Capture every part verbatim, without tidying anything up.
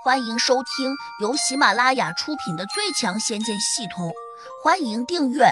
欢迎收听由喜马拉雅出品的《最强仙剑系统》，欢迎订阅。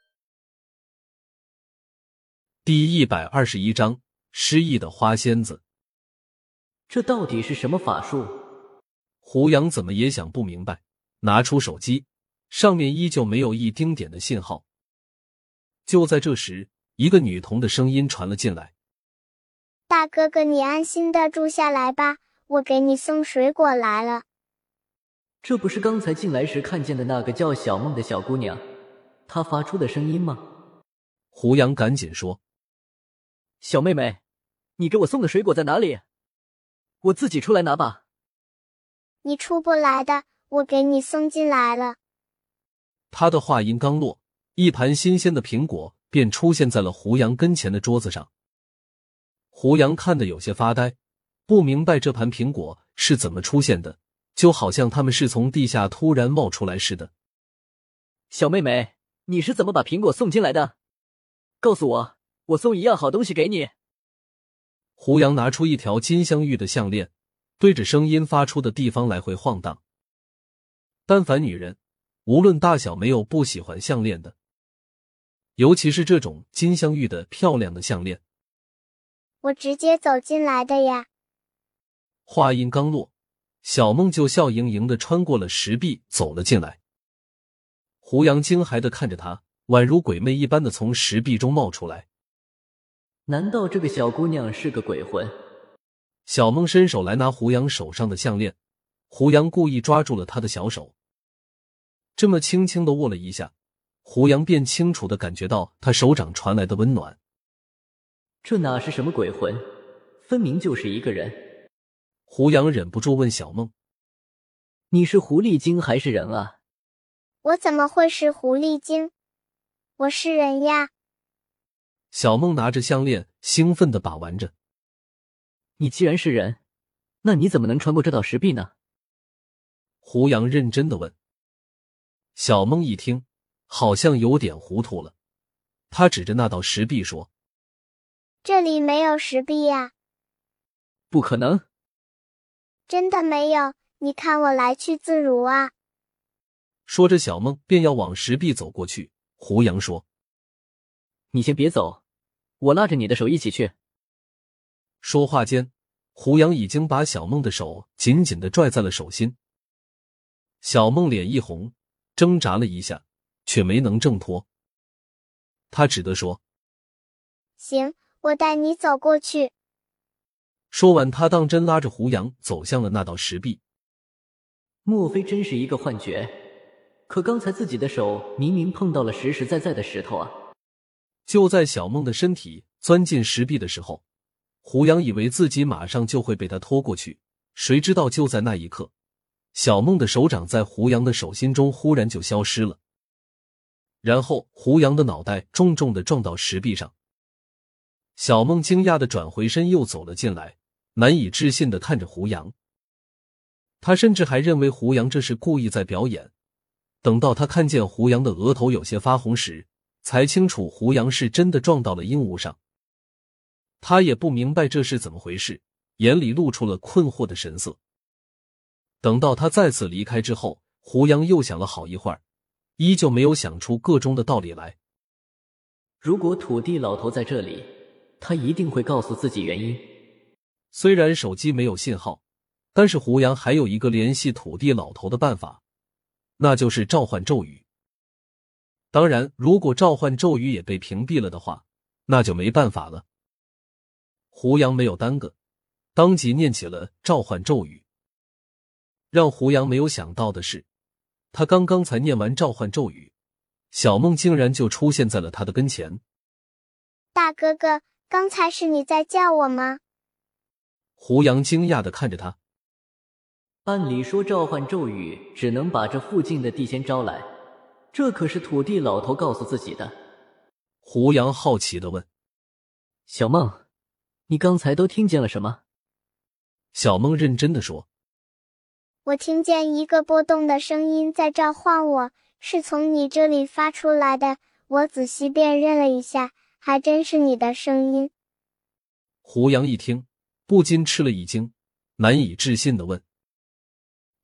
第一百二十一章，失忆的花仙子。 这到底是什么法术？ 胡杨怎么也想不明白，拿出手机，上面依旧没有一丁点的信号。就在这时，一个女童的声音传了进来： 大哥哥，你安心的住下来吧，我给你送水果来了。 这不是刚才进来时看见的那个叫小梦的小姑娘，她发出的声音吗？ 胡杨赶紧说： 小妹妹，你给我送的水果在哪里？我自己出来拿吧。 你出不来的，我给你送进来了。 他的话音刚落，一盘新鲜的苹果便出现在了胡杨跟前的桌子上。胡杨看得有些发呆，不明白这盘苹果是怎么出现的，就好像它们是从地下突然冒出来似的。 小妹妹，你是怎么把苹果送进来的？告诉我，我送一样好东西给你。 胡杨拿出一条金镶玉的项链，对着声音发出的地方来回晃荡。但凡女人，无论大小，没有不喜欢项链的，尤其是这种金镶玉的漂亮的项链。 我直接走进来的呀。 话音刚落，小梦就笑盈盈地穿过了石壁走了进来。胡杨惊骇地看着她，宛如鬼魅一般的从石壁中冒出来。 难道这个小姑娘是个鬼魂？ 小梦伸手来拿胡杨手上的项链，胡杨故意抓住了她的小手，这么轻轻地握了一下，胡杨便清楚地感觉到她手掌传来的温暖。 这哪是什么鬼魂，分明就是一个人。 胡杨忍不住问小梦： 你是狐狸精还是人啊？ 我怎么会是狐狸精？我是人呀。 小梦拿着项链兴奋地把玩着。 你既然是人，那你怎么能穿过这道石壁呢？ 胡杨认真地问。小梦一听，好像有点糊涂了，他指着那道石壁说： 这里没有石壁呀。 不可能。 真的没有，你看我来去自如啊。 说着小梦便要往石壁走过去。胡杨说： 你先别走，我拉着你的手一起去。 说话间，胡杨已经把小梦的手紧紧地拽在了手心。小梦脸一红，挣扎了一下，却没能挣脱。他只得说： 行，我带你走过去。 说完，他当真拉着胡杨走向了那道石壁。 莫非真是一个幻觉？可刚才自己的手明明碰到了实实在在的石头啊！ 就在小梦的身体钻进石壁的时候，胡杨以为自己马上就会被他拖过去，谁知道就在那一刻，小梦的手掌在胡杨的手心中忽然就消失了。然后胡杨的脑袋重重地撞到石壁上。小梦惊讶地转回身又走了进来，难以置信地看着胡杨。他甚至还认为胡杨这是故意在表演。等到他看见胡杨的额头有些发红时，才清楚胡杨是真的撞到了鹦鹉上。他也不明白这是怎么回事，眼里露出了困惑的神色。等到他再次离开之后，胡杨又想了好一会儿，依旧没有想出个中的道理来。 如果土地老头在这里，他一定会告诉自己原因。 虽然手机没有信号，但是胡杨还有一个联系土地老头的办法，那就是召唤咒语。当然，如果召唤咒语也被屏蔽了的话，那就没办法了。胡杨没有耽搁，当即念起了召唤咒语。让胡杨没有想到的是，他刚刚才念完召唤咒语，小梦竟然就出现在了他的跟前。 大哥哥，刚才是你在叫我吗？ 胡杨惊讶地看着他。 按理说召唤咒语只能把这附近的地仙招来，这可是土地老头告诉自己的。 胡杨好奇地问： 小梦，你刚才都听见了什么？ 小梦认真地说： 我听见一个波动的声音在召唤我，是从你这里发出来的，我仔细辨认了一下，还真是你的声音。 胡杨一听，不禁吃了一惊，难以置信地问：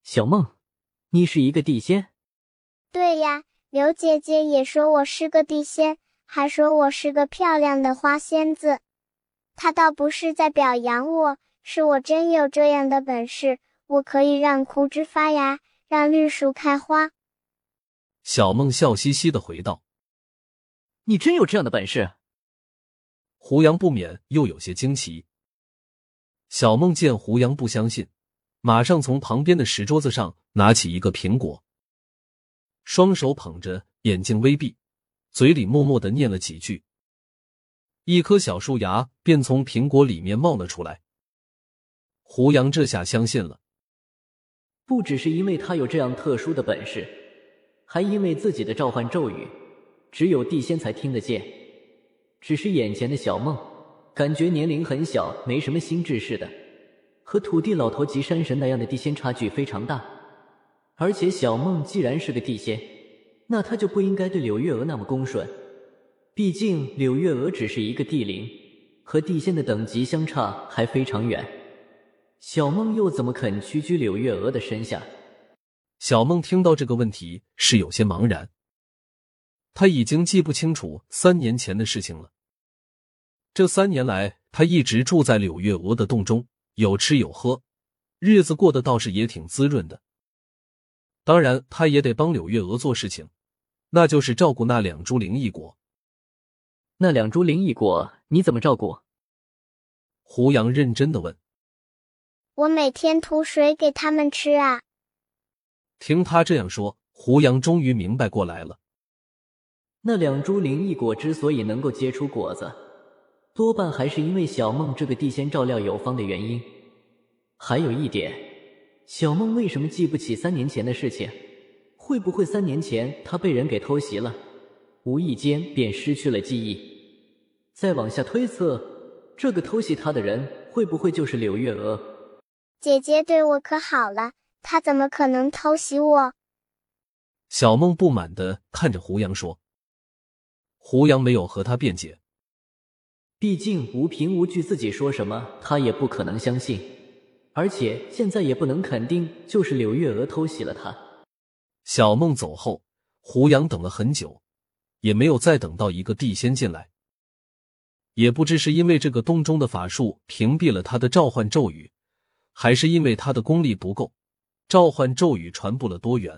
小梦，你是一个地仙？ 对呀，刘姐姐也说我是个地仙，还说我是个漂亮的花仙子。她倒不是在表扬我，是我真有这样的本事，我可以让枯枝发芽，让绿树开花。 小梦笑嘻嘻地回道： 你真有这样的本事？ 胡杨不免又有些惊奇。小梦见胡杨不相信，马上从旁边的石桌子上拿起一个苹果，双手捧着，眼睛微闭，嘴里默默地念了几句，一颗小树芽便从苹果里面冒了出来。胡杨这下相信了， 不只是因为他有这样特殊的本事，还因为自己的召唤咒语只有地仙才听得见。只是眼前的小梦感觉年龄很小，没什么心智似的，和土地老头及山神那样的地仙差距非常大。而且小梦既然是个地仙，那他就不应该对柳月娥那么恭顺，毕竟柳月娥只是一个地灵，和地仙的等级相差还非常远。小梦又怎么肯屈居柳月娥的身下？ 小梦听到这个问题是有些茫然，他已经记不清楚三年前的事情了。这三年来，他一直住在柳月娥的洞中，有吃有喝，日子过得倒是也挺滋润的。当然，他也得帮柳月娥做事情，那就是照顾那两株灵异果。 那两株灵异果你怎么照顾？ 胡杨认真地问。 我每天涂水给他们吃啊。 听他这样说，胡杨终于明白过来了。 那两株灵异果之所以能够结出果子，多半还是因为小梦这个地仙照料有方的原因。还有一点，小梦为什么记不起三年前的事情？会不会三年前她被人给偷袭了，无意间便失去了记忆？再往下推测，这个偷袭她的人会不会就是柳月娥？ 姐姐对我可好了，她怎么可能偷袭我？ 小梦不满地看着胡杨说。胡杨没有和他辩解， 毕竟无凭无据，自己说什么他也不可能相信，而且现在也不能肯定就是柳月娥偷袭了他。 小梦走后，胡杨等了很久，也没有再等到一个地仙进来。也不知是因为这个洞中的法术屏蔽了他的召唤咒语，还是因为他的功力不够，召唤咒语传不了多远。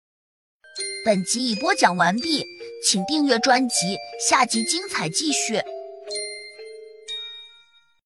本集已播讲完毕，请订阅专辑，下集精彩继续。